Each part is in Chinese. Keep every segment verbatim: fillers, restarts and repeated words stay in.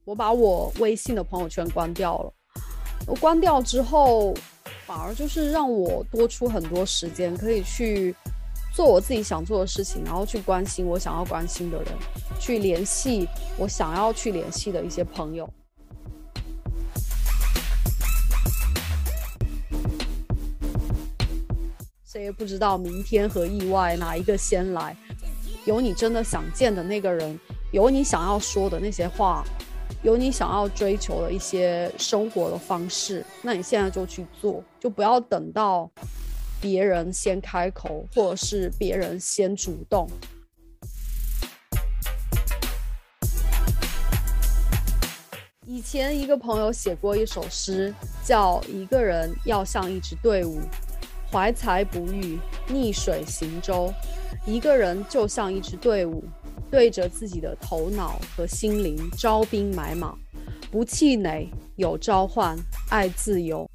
我把我微信的朋友圈关掉了。我关掉之后，反而就是让我多出很多时间，可以去做我自己想做的事情，然后去关心我想要关心的人，去联系我想要去联系的一些朋友。谁也不知道明天和意外哪一个先来，有你真的想见的那个人，有你想要说的那些话，有你想要追求的一些生活的方式，那你现在就去做，就不要等到别人先开口，或者是别人先主动。以前一个朋友写过一首诗，叫一个人要像一支队伍，怀才不遇，逆水行舟。一个人就像一支队伍，对着自己的头脑和心灵招兵买马，不气馁，有召唤，爱自由。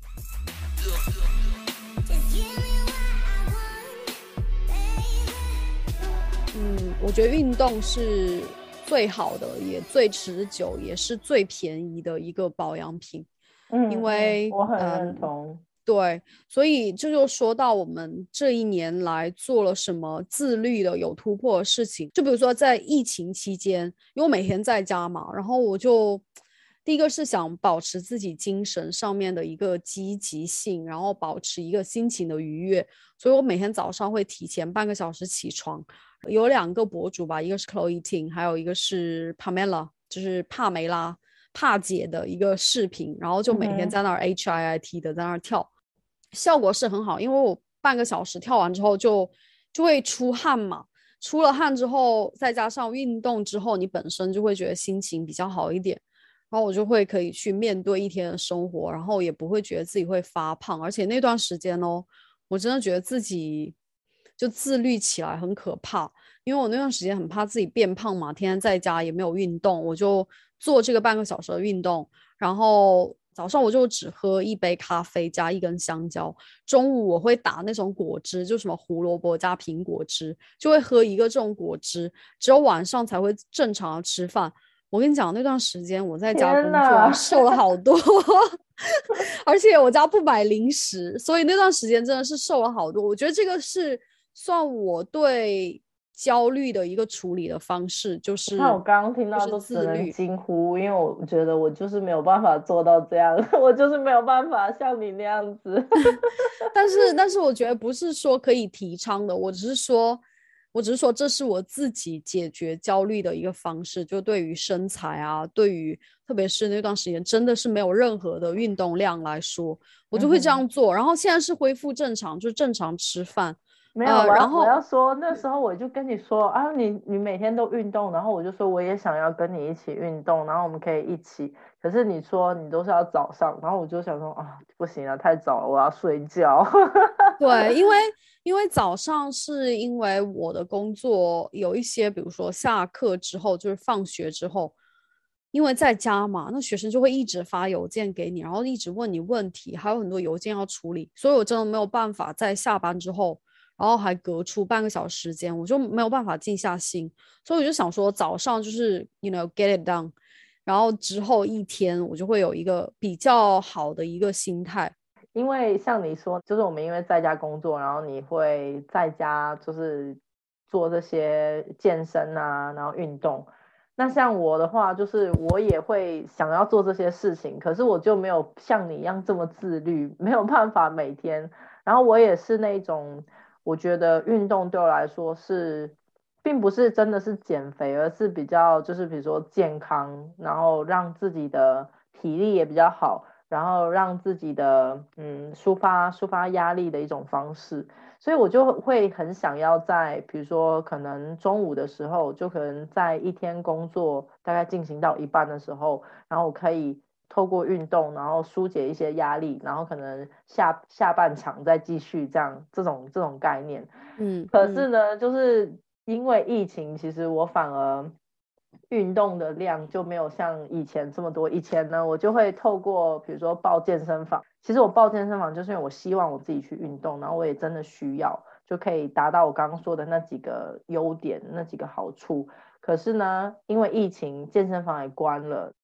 嗯，我觉得运动是最好的，也最持久，也是最便宜的一个保养品。 嗯， 因为我很认同。 嗯对，所以这就说到我们这一年来做了什么自律的有突破的事情。就比如说在疫情期间，因为我每天在家嘛，然后我就第一个是想保持自己精神上面的一个积极性，然后保持一个心情的愉悦，所以我每天早上会提前半个小时起床。有两个博主吧，一个是 Chloe Ting， 还有一个是 Pamela， 就是帕梅拉帕姐的一个视频，然后就每天在那儿 H I I T 的在那儿跳，效果是很好，因为我半个小时跳完之后就就会出汗嘛，出了汗之后再加上运动之后，你本身就会觉得心情比较好一点，然后我就会可以去面对一天的生活，然后也不会觉得自己会发胖。而且那段时间哦，我真的觉得自己就自律起来很可怕，因为我那段时间很怕自己变胖嘛，天天在家也没有运动，我就做这个半个小时的运动，然后早上我就只喝一杯咖啡加一根香蕉，中午我会打那种果汁，就什么胡萝卜加苹果汁，就会喝一个这种果汁，只有晚上才会正常的吃饭。我跟你讲，那段时间我在家工作啊，瘦了好多而且我家不买零食，所以那段时间真的是瘦了好多。我觉得这个是算我对焦虑的一个处理的方式，就是看我刚刚听到都只能惊呼，因为我觉得我就是没有办法做到这样，我就是没有办法像你那样子但是但是我觉得不是说可以提倡的，我只是说我只是说这是我自己解决焦虑的一个方式，就对于身材啊，对于特别是那段时间真的是没有任何的运动量来说，我就会这样做。然后现在是恢复正常，就正常吃饭。 没有， 呃， 我要我然后要说，那时候我就跟你说啊，你你每天都运动，然后我就说我也想要跟你一起运动，然后我们可以一起。可是你说你都是要早上，然后我就想说啊，不行了，太早了，我要睡觉。 对，因为因为早上是因为我的工作有一些，比如说下课之后，就是放学之后，因为在家嘛，那学生就会一直发邮件给你，然后一直问你问题，还有很多邮件要处理，所以我真的没有办法在下班之后，然后还隔出半个小时时间，我就没有办法静下心，所以我就想说早上就是 you know get it done，然后之后一天我就会有一个比较好的一个心态。 因为像你说，就是我们因为在家工作，然后你会在家就是做这些健身啊，然后运动。那像我的话，就是我也会想要做这些事情，可是我就没有像你一样这么自律，没有办法每天。然后我也是那种，我觉得运动对我来说是，并不是真的是减肥，而是比较就是比如说健康，然后让自己的体力也比较好。然后让自己的嗯抒发抒发压力的一种方式，所以我就会很想要在比如说可能中午的时候，就可能在一天工作大概进行到一半的时候，然后我可以透过运动，然后疏解一些压力，然后可能下下半场再继续这样这种这种概念。可是嗯嗯。 呢，就是因为疫情，其实我反而运动的量就没有像以前这么多。以前呢，我就会透过比如说报健身房，其实我报健身房就是因为我希望我自己去运动，然后我也真的需要，就可以达到我刚刚说的那几个优点，那几个好处。可是呢，因为疫情，健身房也关了，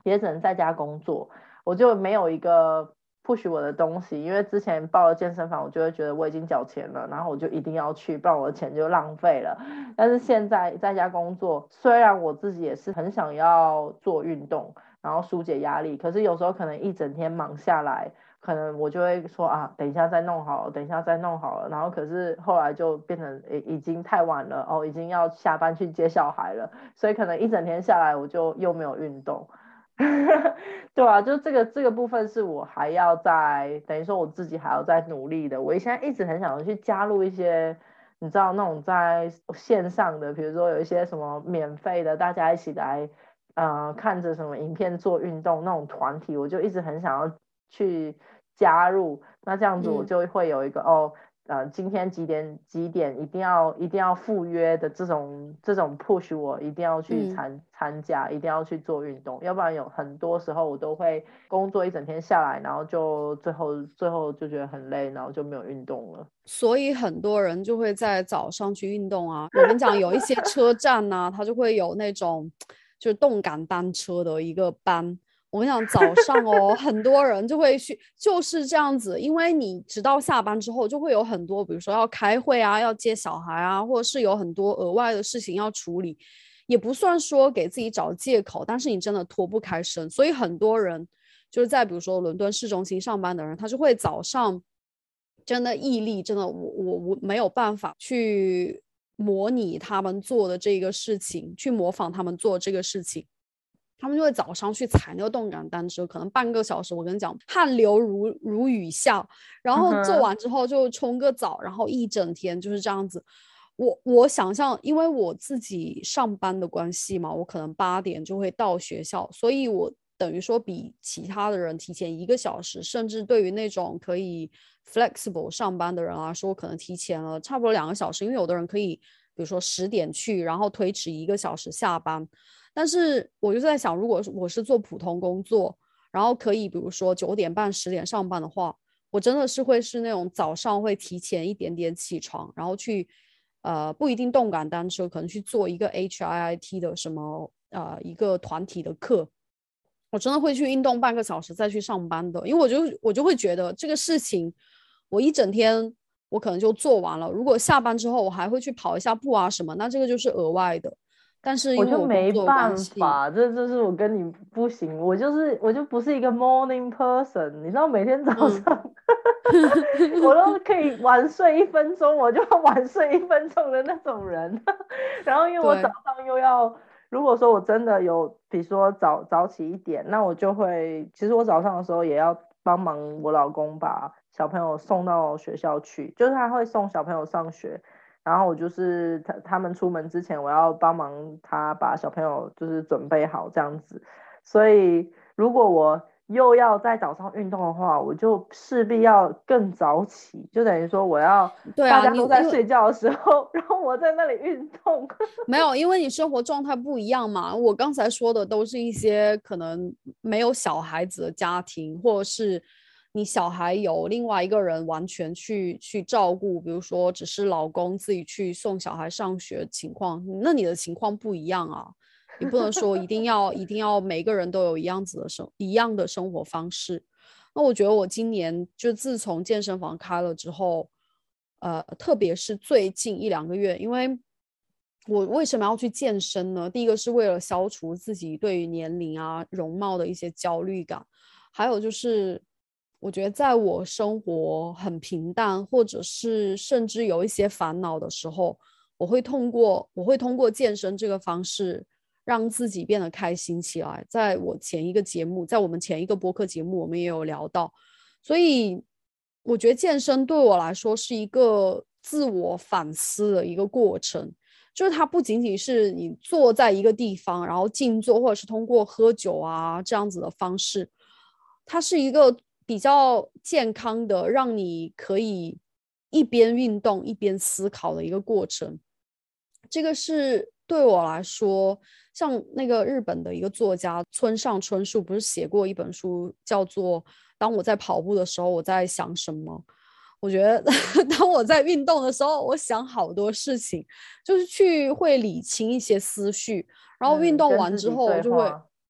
也只能在家工作，我就没有一个 push 我的东西，因为之前报了健身房，我就会觉得我已经缴钱了，然后我就一定要去，不然我的钱就浪费了。但是现在在家工作，虽然我自己也是很想要做运动，然后疏解压力，可是有时候可能一整天忙下来，可能我就会说啊，等一下再弄好了，等一下再弄好了，然后可是后来就变成已经太晚了哦，已经要下班去接小孩了，所以可能一整天下来我就又没有运动。对啊，就这个这个部分是我还要在等于说我自己还要再努力的。我现在一直很想去加入一些你知道那种在线上的，比如说有一些什么免费的，大家一起来呃看着什么影片做运动那种团体，我就一直很想要去加入。那这样子我就会有一个、嗯、哦。呃，今天几点几点一定要一定要赴约的这种这种 push 我一定要去参参加，一定要去做运动，要不然有很多时候我都会工作一整天下来，然后就最后最后就觉得很累，然后就没有运动了。 所以很多人就会在早上去运动啊。我跟你讲，有一些车站啊，它就会有那种就是动感单车的一个班。我跟你讲，早上哦，很多人就会去，就是这样子，因为你直到下班之后，就会有很多，比如说要开会啊，要接小孩啊，或者是有很多额外的事情要处理，也不算说给自己找借口，但是你真的脱不开身。所以很多人就是在比如说伦敦市中心上班的人，他就会早上真的毅力，真的我我我没有办法去模拟他们做的这个事情，去模仿他们做这个事情。他们就会早上去踩那个动感单车，可能半个小时，我跟你讲，汗流如如雨下，然后做完之后就冲个澡，然后一整天就是这样子。我我想象，因为我自己上班的关系嘛，我可能八点就会到学校，所以我等于说比其他的人提前一个小时，甚至对于那种可以 flexible 上班的人来说，可能提前了差不多两个小时，因为有的人可以，比如说十点去，然后推迟一个小时下班。但是我就在想，如果我是做普通工作，然后可以比如说九点半十点上班的话，我真的是会是那种早上会提前一点点起床，然后去呃不一定动感单车，可能去做一个 H I I T 的什么呃一个团体的课，我真的会去运动半个小时再去上班的。因为我就我就会觉得这个事情我一整天我可能就做完了，如果下班之后我还会去跑一下步啊什么，那这个就是额外的。但是因为我就没办法， 这就是我跟你不行，我就是我就不是一个 morning person， 你知道每天早上、嗯、我都可以晚睡一分钟，我就要晚睡一分钟的那种人。然后因为我早上又要，如果说我真的有，比如说早早起一点，那我就会，其实我早上的时候也要帮忙我老公把小朋友送到学校去，就是他会送小朋友上学。然后我就是他他们出门之前，我要帮忙他把小朋友就是准备好这样子。所以如果我又要在早上运动的话，我就势必要更早起，就等于说我要大家都在睡觉的时候，然后我在那里运动。 没有，因为你生活状态不一样嘛。我刚才说的都是一些可能没有小孩子的家庭，或者是你小孩有另外一个人完全去去照顾，比如说只是老公自己去送小孩上学的情况，那你的情况不一样啊。你不能说一定要一定要每个人都有一样子的生一样的生活方式。那我觉得我今年就自从健身房开了之后，呃，特别是最近一两个月，因为我为什么要去健身呢？第一个是为了消除自己对于年龄啊容貌的一些焦虑感，还有就是我觉得在我生活很平淡，或者是甚至有一些烦恼的时候，我会通过我会通过健身这个方式让自己变得开心起来。在我前一个节目，在我们前一个播客节目，我们也有聊到，所以我觉得健身对我来说是一个自我反思的一个过程。就是它不仅仅是你坐在一个地方，然后静坐，或者是通过喝酒啊这样子的方式，它是一个比较健康的，让你可以一边运动一边思考的一个过程。这个是对我来说，像那个日本的一个作家村上春树不是写过一本书叫做《当我在跑步的时候我在想什么》。我觉得当我在运动的时候，我想好多事情，就是去会理清一些思绪，然后运动完之后我就会、嗯、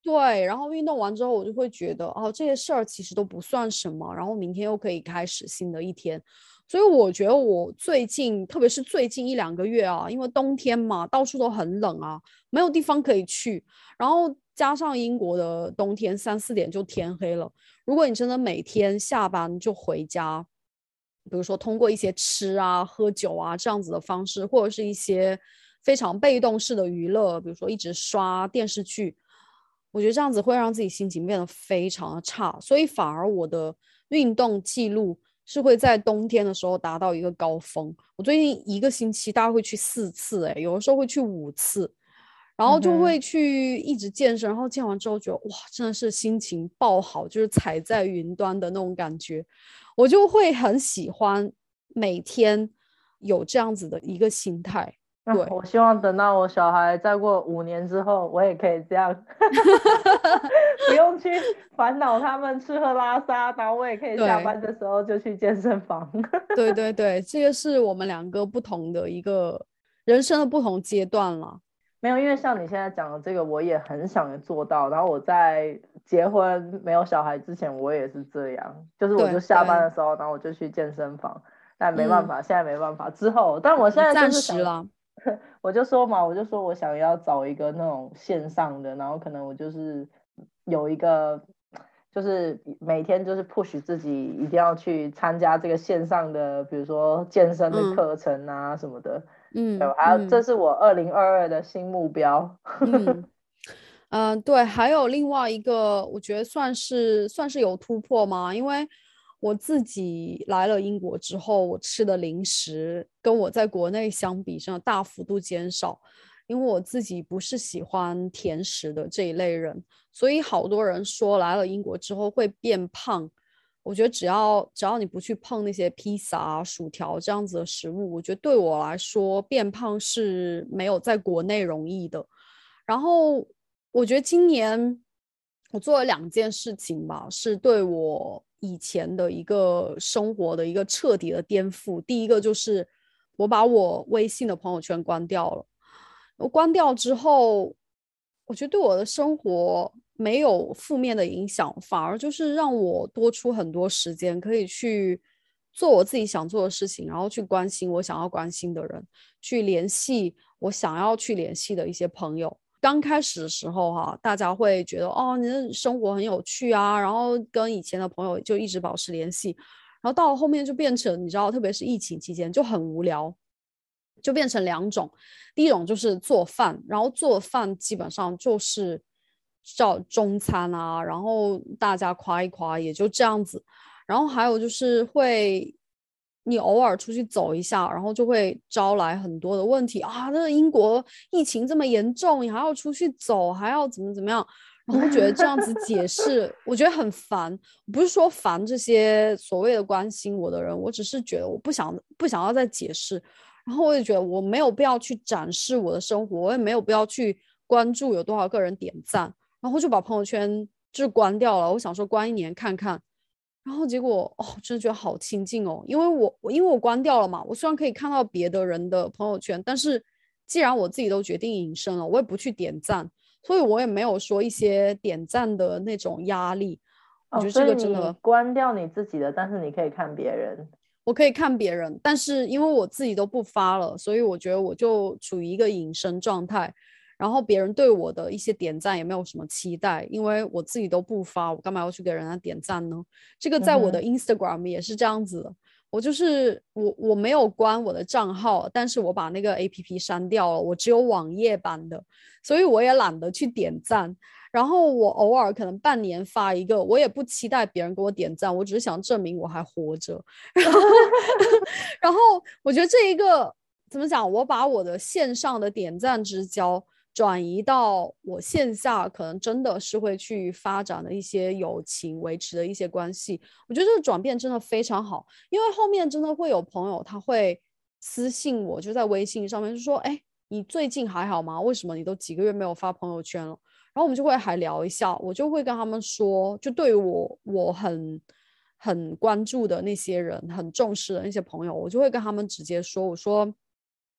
对，然后运动完之后，我就会觉得哦，这些事儿其实都不算什么，然后明天又可以开始新的一天。所以我觉得我最近，特别是最近一两个月啊，因为冬天嘛，到处都很冷啊，没有地方可以去，然后加上英国的冬天三四点就天黑了。如果你真的每天下班就回家，比如说通过一些吃啊、喝酒啊这样子的方式，或者是一些非常被动式的娱乐，比如说一直刷电视剧，我觉得这样子会让自己心情变得非常的差，所以反而我的运动记录是会在冬天的时候达到一个高峰。我最近一个星期大概会去四次，哎，有的时候会去五次，然后就会去一直健身，然后健完之后觉得哇，真的是心情爆好，就是踩在云端的那种感觉，我就会很喜欢每天有这样子的一个心态。对、 啊，我希望等到我小孩再过五年之后，我也可以这样，不用去烦恼他们吃喝拉撒，然后我也可以下班的时候就去健身房。 对对对，这个是我们两个不同的一个人生的不同阶段了。 没有，因为像你现在讲的这个，我也很想做到。然后我在结婚没有小孩之前，我也是这样，就是我就下班的时候，然后我就去健身房。但没办法、嗯，现在没办法。之后，但我现在就是想，暂时了。我就说嘛，我就说我想要找一个那种线上的，然后可能我就是有一个，就是每天就是 push 自己一定要去参加这个线上的，比如说健身的课程啊什么的。嗯，对，还有、嗯、这是我二零二二的新目标。 嗯嗯、呃，对，还有另外一个，我觉得算是算是有突破吗？因为我自己来了英国之后，我吃的零食跟我在国内相比，真的大幅度减少。因为我自己不是喜欢甜食的这一类人，所以好多人说来了英国之后会变胖。我觉得只要只要你不去碰那些披萨啊、薯条这样子的食物，我觉得对我来说变胖是没有在国内容易的。然后我觉得今年我做了两件事情吧，是对我以前的一个生活的一个彻底的颠覆。第一个就是我把我微信的朋友圈关掉了。我关掉之后，我觉得对我的生活没有负面的影响，反而就是让我多出很多时间可以去做我自己想做的事情，然后去关心我想要关心的人，去联系我想要去联系的一些朋友。刚开始的时候哈、啊，大家会觉得哦，你的生活很有趣啊，然后跟以前的朋友就一直保持联系，然后到了后面就变成你知道，特别是疫情期间就很无聊，就变成两种。第一种就是做饭，然后做饭基本上就是叫中餐啊，然后大家夸一夸也就这样子。然后还有就是会你偶尔出去走一下，然后就会招来很多的问题啊，那英国疫情这么严重，你还要出去走，还要怎么怎么样，然后觉得这样子解释我觉得很烦。不是说烦这些所谓的关心我的人，我只是觉得我不想不想要再解释，然后我也觉得我没有必要去展示我的生活，我也没有必要去关注有多少个人点赞，然后就把朋友圈就是关掉了。我想说关一年看看，然后结果哦，真的觉得好清静哦，因为我我因为我关掉了嘛，我虽然可以看到别的人的朋友圈，但是既然我自己都决定隐身了，我也不去点赞，所以我也没有说一些点赞的那种压力。我觉得这个真的、 哦、关掉你自己的，但是你可以看别人。 我可以看别人，但是因为我自己都不发了，所以我觉得我就处于一个隐身状态，然后别人对我的一些点赞也没有什么期待，因为我自己都不发，我干嘛要去给人家点赞呢？这个在我的 Instagram 也是这样子的，嗯、我就是我我没有关我的账号，但是我把那个 A P P 删掉了，我只有网页版的，所以我也懒得去点赞。然后我偶尔可能半年发一个，我也不期待别人给我点赞，我只是想证明我还活着。然后，然后我觉得这一个怎么讲？我把我的线上的点赞之交转移到我线下，可能真的是会去发展的一些友情，维持的一些关系。我觉得这个转变真的非常好，因为后面真的会有朋友他会私信我，就在微信上面就说：“哎，你最近还好吗？为什么你都几个月没有发朋友圈了？”然后我们就会还聊一下，我就会跟他们说，就对于我我很很关注的那些人，很重视的那些朋友，我就会跟他们直接说，我说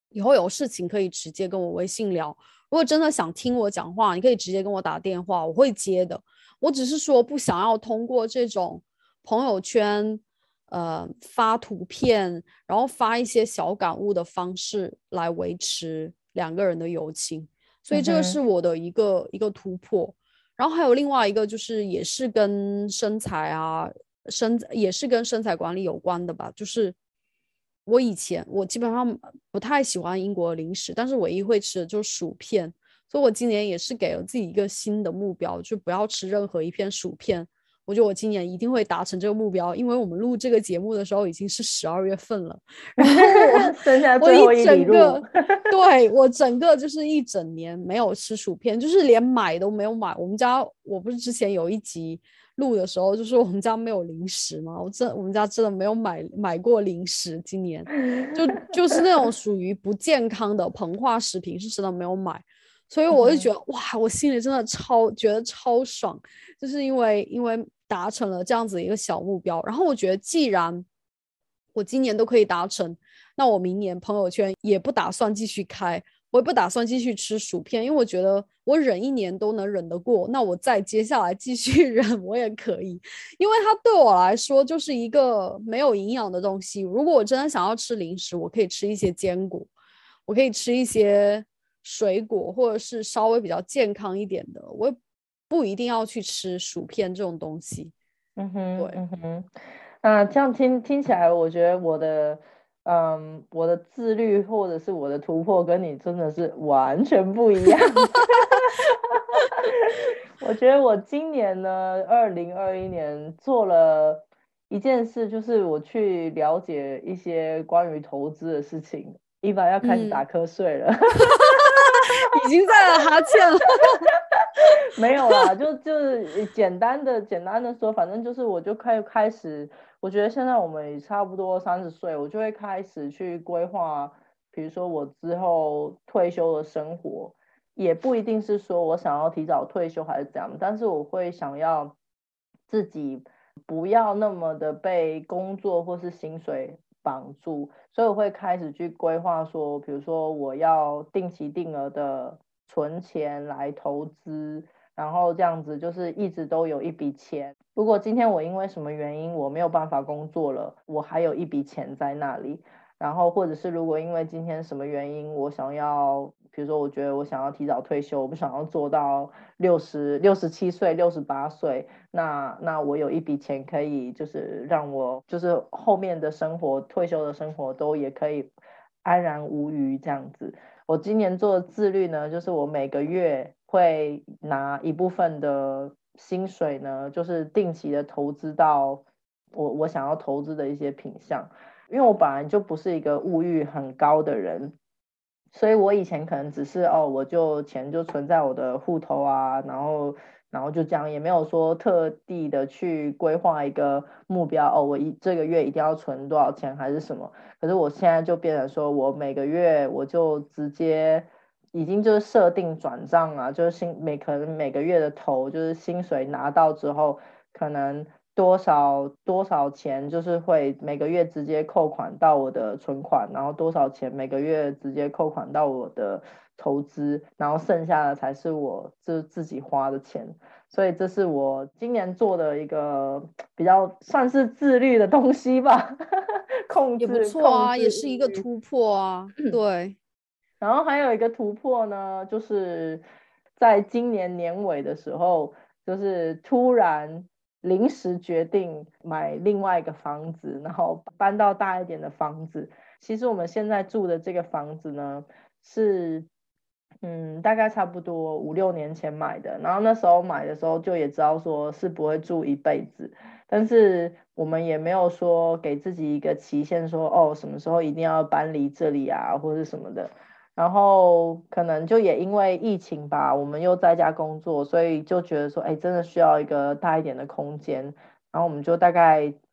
以后有事情可以直接跟我微信聊，如果真的想听我讲话，你可以直接跟我打电话，我会接的。我只是说不想要通过这种朋友圈呃发图片，然后发一些小感悟的方式来维持两个人的友情，所以这个是我的一个一个突破。然后还有另外一个就是也是跟身材啊身也是跟身材管理有关的吧，就是我以前我基本上不太喜欢英国的零食，但是唯一会吃的就是薯片，所以我今年也是给了自己一个新的目标，就不要吃任何一片薯片。我觉得我今年一定会达成这个目标，因为我们录这个节目的时候已经是十二月份了，然后我剩下我最后一一整个路对我整个就是一整年没有吃薯片，就是连买都没有买。我们家我不是之前有一集录的时候就说我们家没有零食吗？我真我们家真的没有买买过零食，今年就就是那种属于不健康的膨化食品是真的没有买。所以我就觉得、嗯、哇，我心里真的超觉得超爽，就是因为因为达成了这样子一个小目标。然后我觉得既然我今年都可以达成，那我明年朋友圈也不打算继续开，我也不打算继续吃薯片，因为我觉得我忍一年都能忍得过，那我再接下来继续忍我也可以，因为它对我来说就是一个没有营养的东西。如果我真的想要吃零食，我可以吃一些坚果，我可以吃一些水果，或者是稍微比较健康一点的，我不一定要去吃薯片这种东西。 嗯哼， 对， 嗯哼，那这样听听起来，我觉得我的，嗯，我的自律或者是我的突破跟你真的是完全不一样。我觉得我今年呢，二零二一年做了一件事，就是我去了解一些关于投资的事情。伊娃要开始打瞌睡了。嗯已经在了哈欠了。 没有啦，就就是简单的简单的说，反正就是我就开开始，我觉得现在我们也差不多三十岁，我就会开始去规划，比如说我之后退休的生活，也不一定是说我想要提早退休还是怎样，但是我会想要自己不要那么的被工作或是薪水绑住，所以我会开始去规划说，比如说我要定期定额的存钱来投资，然后这样子就是一直都有一笔钱。如果今天我因为什么原因我没有办法工作了，我还有一笔钱在那里。然后或者是如果因为今天什么原因我想要，比如说我觉得我想要提早退休，我不想要做到六十六十七岁六十八岁，那那我有一笔钱可以就是让我就是后面的生活退休的生活都也可以安然无虞这样子。我今年做的自律呢，就是我每个月会拿一部分的薪水呢，就是定期的投资到我我想要投资的一些品项。因为我本来就不是一个物欲很高的人，所以我以前可能只是哦，我就钱就存在我的户头啊，然后然后就这样，也没有说特地的去规划一个目标哦，我一这个月一定要存多少钱还是什么。可是我现在就变成说我每个月我就直接已经就是设定转账啊，就是薪每可能每个月的头就是薪水拿到之后，可能多少多少钱就是会每个月直接扣款到我的存款，然后多少钱每个月直接扣款到我的投资，然后剩下的才是我就自己花的钱。所以这是我今年做的一个比较算是自律的东西吧。控也不制错啊， 控制也是一个突破啊。对， 然后还有一个突破呢，就是在今年年尾的时候，就是突然临时决定买另外一个房子，然后搬到大一点的房子。其实我们现在住的这个房子呢，是嗯大概差不多五六年前买的，然后那时候买的时候就也知道说是不会住一辈子，但是我们也没有说给自己一个期限说哦什么时候一定要搬离这里啊或者什么的。然后可能就也因为疫情吧，我们又在家工作，所以就觉得说，哎，真的需要一个大一点的空间。然后我们就大概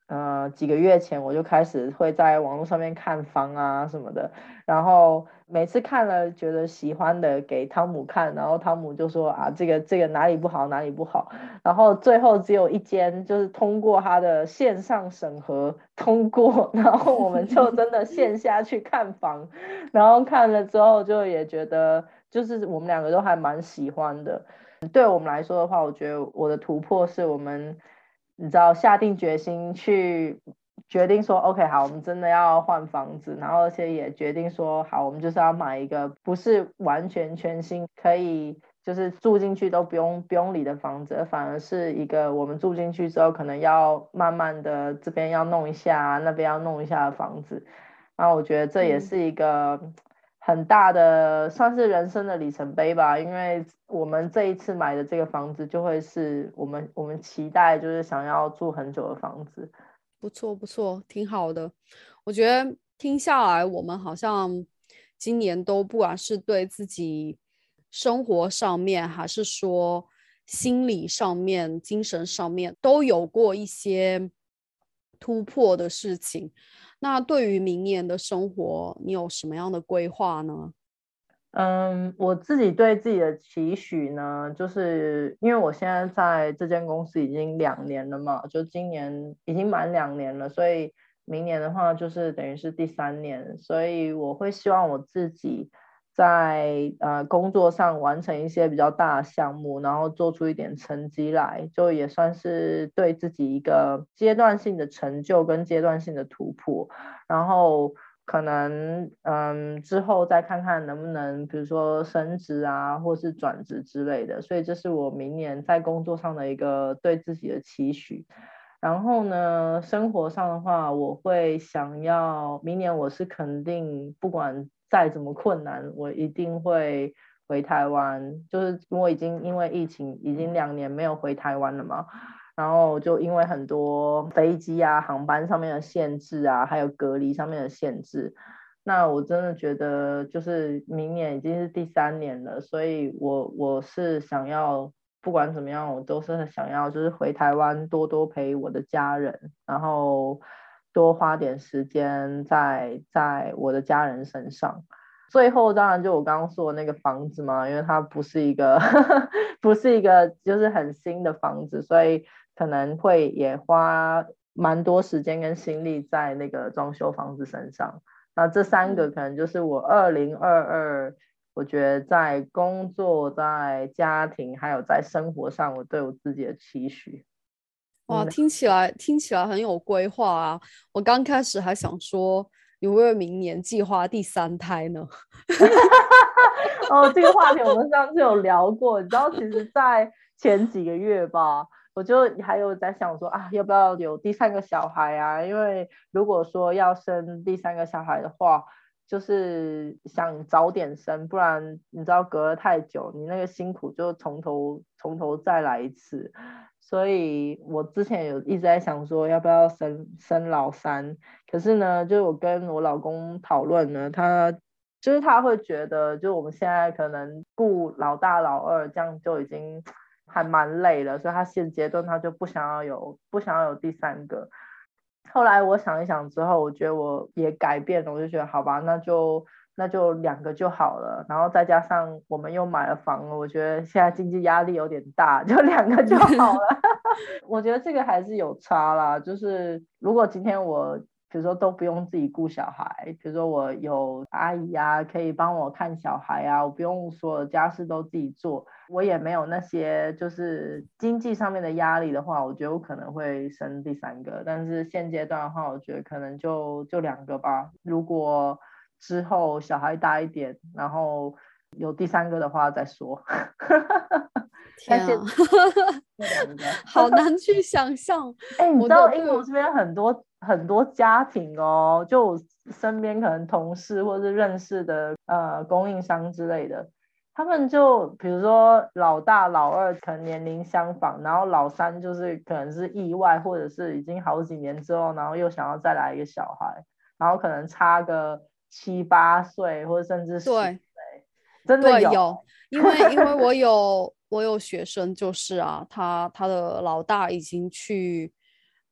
呃几个月前我就开始会在网络上面看房啊什么的，然后每次看了觉得喜欢的给汤姆看，然后汤姆就说啊这个这个哪里不好哪里不好，然后最后只有一间就是通过他的线上审核通过，然后我们就真的线下去看房，然后看了之后就也觉得就是我们两个都还蛮喜欢的。对我们来说的话，我觉得我的突破是我们，你知道，下定决心去决定说，OK，好，我们真的要换房子，然后而且也决定说，好，我们就是要买一个不是完全全新，可以就是住进去都不用不用理的房子，反而是一个我们住进去之后可能要慢慢的这边要弄一下，那边要弄一下的房子。然后我觉得这也是一个很大的算是人生的里程碑吧，因为我们这一次买的这个房子就会是我们我们期待就是想要住很久的房子。 不错不错，挺好的。我觉得听下来，我们好像今年都不管是对自己生活上面，还是说心理上面、精神上面，都有过一些突破的事情。那对于明年的生活，你有什么样的规划呢？ 嗯，我自己对自己的期许呢，就是因为我现在在这间公司已经两年了嘛，就今年已经满两年了，所以明年的话就是等于是第三年，所以我会希望我自己在呃工作上完成一些比较大的项目，然后做出一点成绩来，就也算是对自己一个阶段性的成就跟阶段性的突破，然后。可能嗯之后再看看能不能比如说升职啊或是转职之类的，所以这是我明年在工作上的一个对自己的期许。然后呢生活上的话，我会想要明年我是肯定不管再怎么困难我一定会回台湾，就是我已经因为疫情已经两年没有回台湾了嘛，然后就因为很多飞机啊、航班上面的限制啊，还有隔离上面的限制，那我真的觉得就是明年已经是第三年了，所以我我是想要不管怎么样，我都是想要就是回台湾多多陪我的家人，然后多花点时间在在我的家人身上。最后当然就我刚刚说的那个房子嘛，因为它不是一个不是一个就是很新的房子，所以可能会也花蛮多时间跟心力在那个装修房子身上。那这三个可能就是我二零二二，我觉得在工作、在家庭还有在生活上，我对我自己的期许。 哇， 嗯， 听起来听起来很有规划啊！我刚开始还想说，你会不会明年计划第三胎呢？ 哦，这个话题我们上次有聊过，你知道，其实，在前几个月吧，我就还有在想说啊，要不要有第三个小孩啊？因为如果说要生第三个小孩的话，就是想早点生，不然你知道隔了太久，你那个辛苦就从头从头再来一次。所以我之前有一直在想说，要不要生生老三？可是呢，就是我跟我老公讨论呢，他就是他会觉得，就我们现在可能顾老大老二，这样就已经还蛮累了，所以他现阶段他就不想要有不想要有第三个。后来我想一想之后，我觉得我也改变了，我就觉得好吧，那就那就两个就好了。然后再加上我们又买了房了，我觉得现在经济压力有点大，就两个就好了。我觉得这个还是有差啦，就是如果今天我比如说都不用自己顾小孩，比如说我有阿姨啊可以帮我看小孩啊，我不用所有家事都自己做，我也没有那些就是经济上面的压力的话，我觉得我可能会生第三个，但是现阶段的话，我觉得可能就就两个吧。如果之后小孩大一点，然后有第三个的话再说。但现天啊， 这两个， 好难去想象。 哎、欸你知我的对， 道英国这边很多很多家庭哦，就我身边可能同事或是认识的呃供应商之类的，他们就比如说老大老二可能年龄相仿，然后老三就是可能是意外或者是已经好几年之后，然后又想要再来一个小孩，然后可能差个七八岁或者甚至十岁， 对真的有。 对有，因为因为我有我有学生就是啊，他他的老大已经去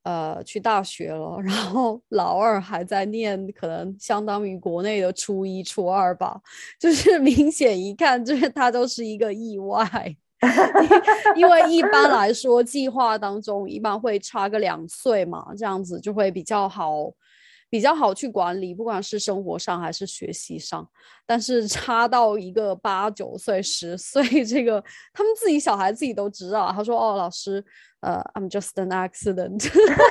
呃去大学了，然后老二还在念可能相当于国内的初一初二吧，就是明显一看就是他都是一个意外。因为一般来说计划当中一般会差个两岁嘛，这样子就会比较好比较好去管理，不管是生活上还是学习上。但是差到一个八九岁十岁，这个他们自己小孩自己都知道，他说哦老师呃、uh, I'm just an accident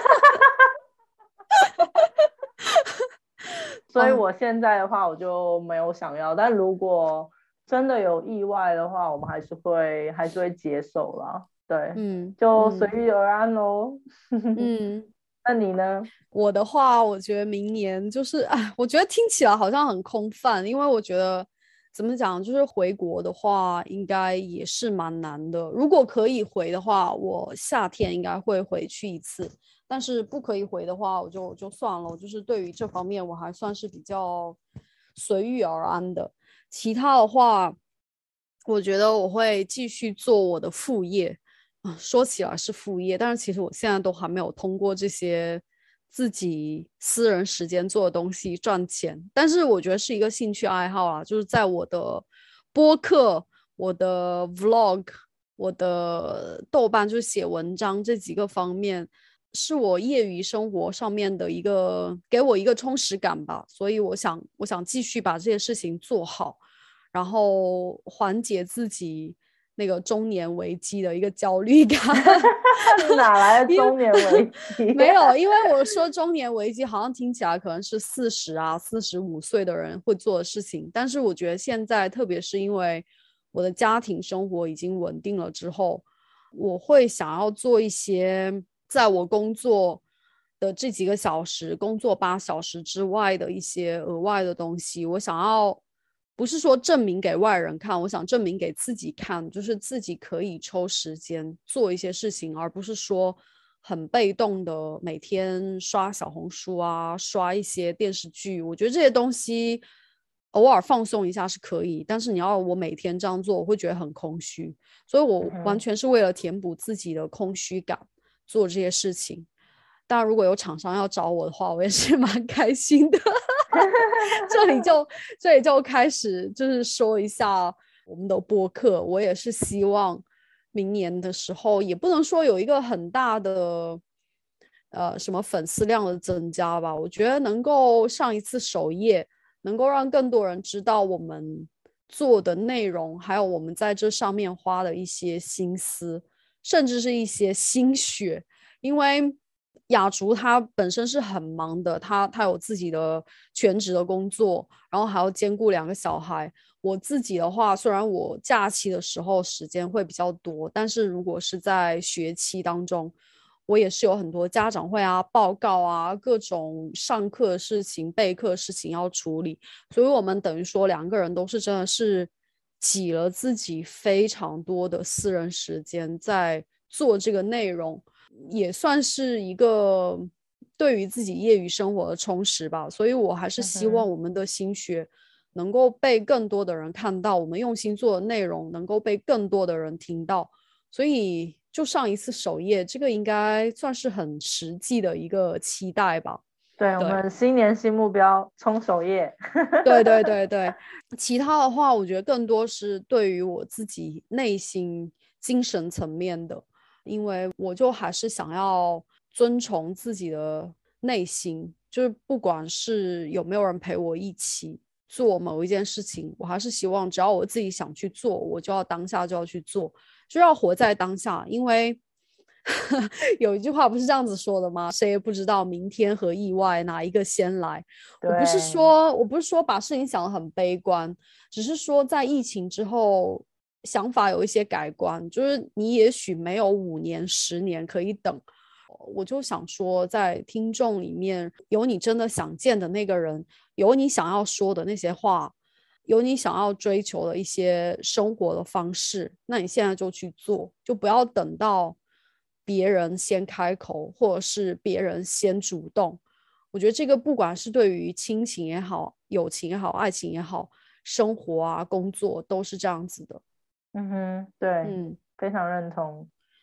所以我现在的话我就没有想要，但如果真的有意外的话，我们还是会还是会接受啦。对， 嗯， 就随遇而安咯。 嗯， 那你呢？ 我的话我觉得明年就是哎，我觉得听起来好像很空泛，因为我觉得怎么讲，就是回国的话应该也是蛮难的。如果可以回的话，我夏天应该会回去一次，但是不可以回的话我就就算了。就是对于这方面我还算是比较随遇而安的。其他的话我觉得我会继续做我的副业啊，说起来是副业，但是其实我现在都还没有通过这些自己私人时间做的东西赚钱，但是我觉得是一个兴趣爱好啊，就是在我的播客、我的 vlog、我的豆瓣就是写文章这几个方面，是我业余生活上面的一个给我一个充实感吧，所以我想我想继续把这些事情做好，然后缓解自己那个中年危机的一个焦虑感。 哪来的中年危机、啊？ 没有，因为我说中年危机好像听起来可能是四十啊、四十五岁的人会做的事情，但是我觉得现在，特别是因为我的家庭生活已经稳定了之后，我会想要做一些在我工作的这几个小时、工作八小时之外的一些额外的东西。我想要不是说证明给外人看，我想证明给自己看，就是自己可以抽时间做一些事情，而不是说很被动的每天刷小红书啊，刷一些电视剧。我觉得这些东西偶尔放松一下是可以，但是你要我每天这样做，我会觉得很空虚，所以我完全是为了填补自己的空虚感做这些事情。当然如果有厂商要找我的话，我也是蛮开心的。这里就这里就开始就是说一下我们的播客，我也是希望明年的时候，也不能说有一个很大的呃什么粉丝量的增加吧，我觉得能够上一次首页，能够让更多人知道我们做的内容，还有我们在这上面花的一些心思，甚至是一些心血。因为雅竹他本身是很忙的，他他有自己的全职的工作，然后还要兼顾两个小孩。我自己的话，虽然我假期的时候时间会比较多，但是如果是在学期当中，我也是有很多家长会啊、报告啊、各种上课的事情、备课的事情要处理，所以我们等于说两个人都是真的是挤了自己非常多的私人时间在做这个内容，也算是一个对于自己业余生活的充实吧。所以我还是希望我们的心血能够被更多的人看到，我们用心做的内容能够被更多的人听到。所以就上一次首页，这个应该算是很实际的一个期待吧。 对，我们新年新目标，冲首页。 对对对对，其他的话，我觉得更多是对于我自己内心精神层面的，因为我就还是想要遵从自己的内心，就是不管是有没有人陪我一起做某一件事情，我还是希望只要我自己想去做，我就要当下就要去做，就要活在当下。因为有一句话不是这样子说的吗？谁也不知道明天和意外哪一个先来。我不是说我不是说把事情想得很悲观，只是说在疫情之后想法有一些改观，就是你也许没有五年十年可以等。我就想说在听众里面有你真的想见的那个人，有你想要说的那些话，有你想要追求的一些生活的方式，那你现在就去做，就不要等到别人先开口，或者是别人先主动。我觉得这个不管是对于亲情也好、友情也好、爱情也好、生活啊、工作都是这样子的。 嗯哼，对，嗯，非常认同。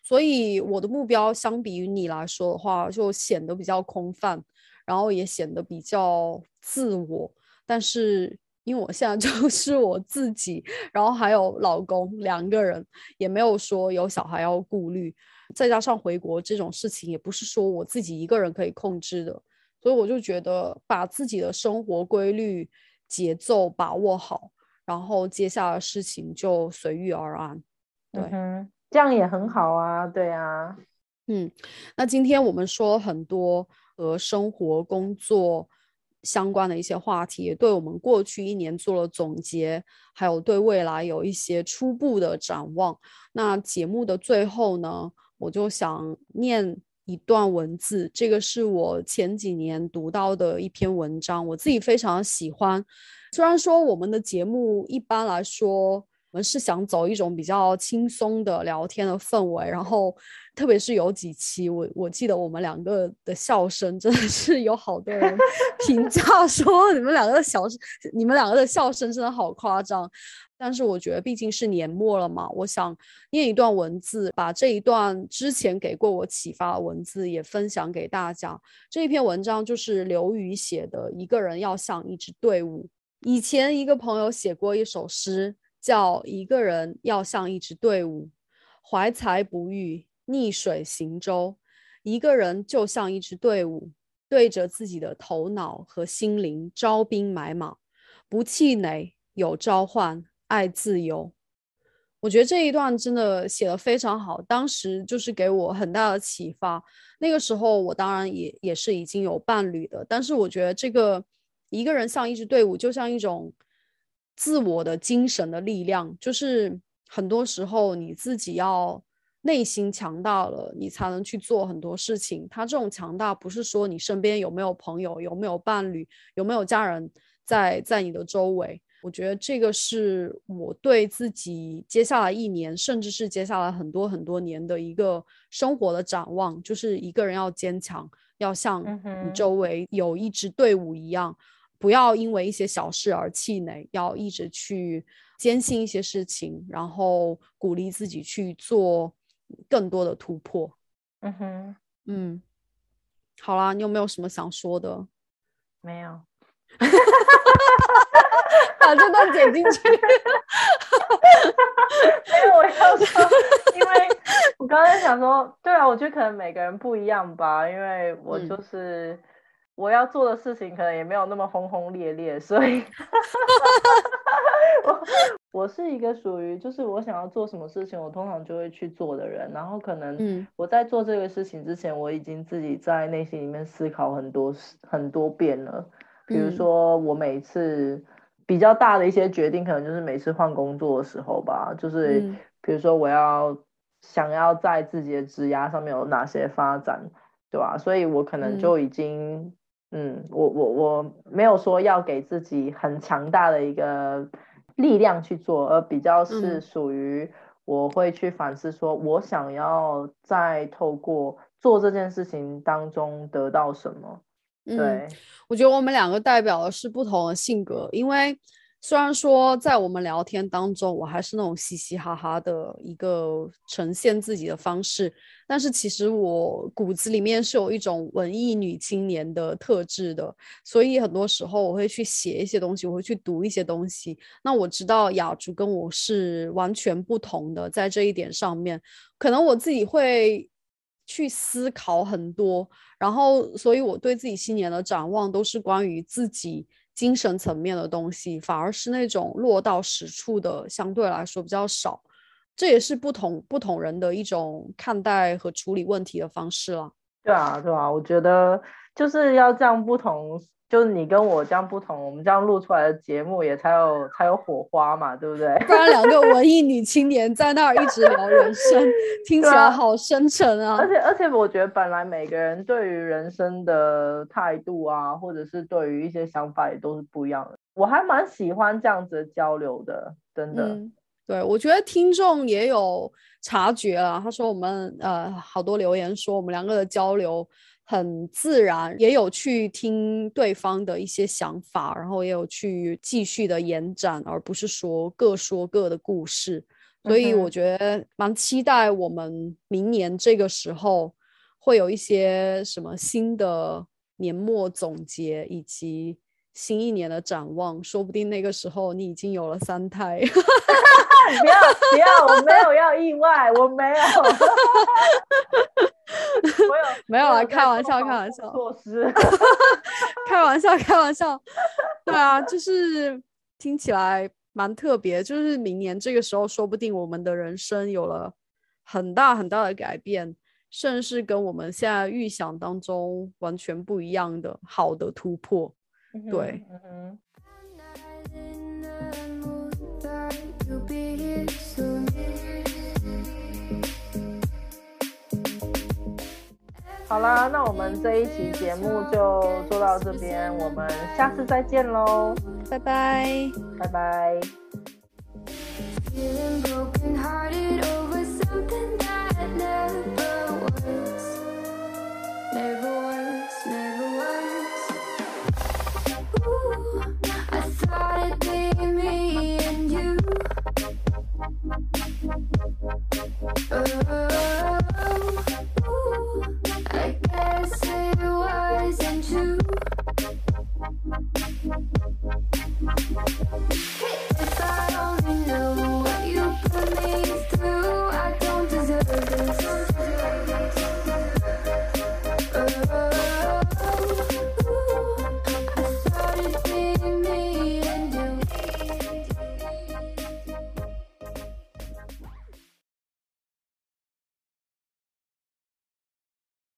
所以我的目标相比于你来说的话，就显得比较空泛，然后也显得比较自我。但是因为我现在就是我自己，然后还有老公两个人，也没有说有小孩要顾虑，再加上回国这种事情也不是说我自己一个人可以控制的，所以我就觉得把自己的生活规律节奏把握好，然后接下来的事情就随遇而安。对， 嗯哼，这样也很好啊，对啊。 嗯，那今天我们说很多和生活工作相关的一些话题，也对我们过去一年做了总结，还有对未来有一些初步的展望。那节目的最后呢，我就想念一段文字，这个是我前几年读到的一篇文章，我自己非常喜欢。虽然说我们的节目一般来说我们是想走一种比较轻松的聊天的氛围，然后特别是有几期我我记得我们两个的笑声真的是有好多人评价说你们两个的小你们两个的笑声真的好夸张，但是我觉得毕竟是年末了嘛，我想念一段文字，把这一段之前给过我启发的文字也分享给大家。这一篇文章就是刘瑜写的，一个人要像一支队伍。以前一个朋友写过一首诗，叫一个人要像一支队伍，怀才不遇，逆水行舟。一个人就像一支队伍，对着自己的头脑和心灵招兵买马，不气馁，有召唤，爱自由。我觉得这一段真的写得非常好，当时就是给我很大的启发。那个时候我当然也也是已经有伴侣的，但是我觉得这个一个人像一支队伍，就像一种自我的精神的力量，就是很多时候你自己要内心强大了，你才能去做很多事情。他这种强大不是说你身边有没有朋友，有没有伴侣，有没有家人在在你的周围。我觉得这个是我对自己接下来一年，甚至是接下来很多很多年的一个生活的展望，就是一个人要坚强，要像你周围有一支队伍一样，不要因为一些小事而气馁，要一直去坚信一些事情，然后鼓励自己去做更多的突破。 嗯哼， 嗯，好啦，你有没有什么想说的？ 没有。 把这段剪进去。没有，我要说，因为我刚才想说，对啊，我觉得可能每个人不一样吧，因为我就是、嗯、我要做的事情可能也没有那么轰轰烈烈，所以我我是一个属于就是我想要做什么事情，我通常就会去做的人，然后可能我在做这个事情之前，我已经自己在内心里面思考很多很多遍了。比如说我每次比较大的一些决定，可能就是每次换工作的时候吧，就是比如说我要想要在自己的职涯上面有哪些发展，对吧？所以我可能就已经嗯, 嗯我我我没有说要给自己很强大的一个力量去做，而比较是属于我会去反思说我想要在透过做这件事情当中得到什么。对、嗯， 我觉得我们两个代表的是不同的性格，因为虽然说在我们聊天当中我还是那种嘻嘻哈哈的一个呈现自己的方式，但是其实我骨子里面是有一种文艺女青年的特质的，所以很多时候我会去写一些东西，我会去读一些东西。那我知道雅竹跟我是完全不同的，在这一点上面可能我自己会去思考很多，然后所以我对自己新年的展望都是关于自己精神层面的东西，反而是那种落到实处的相对来说比较少，这也是不同不同人的一种看待和处理问题的方式啦。 对啊对啊，我觉得就是要这样不同，就是你跟我这样不同，我们这样录出来的节目也才有才有火花嘛，对不对？ 不然两个文艺女青年在那儿一直聊人生听起来好深沉啊。 而且而且我觉得本来每个人对于人生的态度啊，或者是对于一些想法也都是不一样的，我还蛮喜欢这样子的交流的，真的。 嗯，对，我觉得听众也有察觉了，他说我们呃好多留言说我们两个的交流很自然，也有去听对方的一些想法，然后也有去继续的延展，而不是说各说各的故事。所以我觉得蛮期待我们明年这个时候会有一些什么新的年末总结，以及新一年的展望。说不定那个时候你已经有了三胎。 不要不要，我没有要意外，我没有。我有没有啊，开玩笑，开玩笑， 措施， 开玩笑，开玩笑。对啊，就是听起来蛮特别，就是明年这个时候，说不定我们的人生有了很大很大的改变，甚至是跟我们现在预想当中完全不一样的好的突破。 嗯、 对。 嗯嗯好啦，那我们这一期节目就做到这边，我们下次再见咯， 拜拜， 拜拜。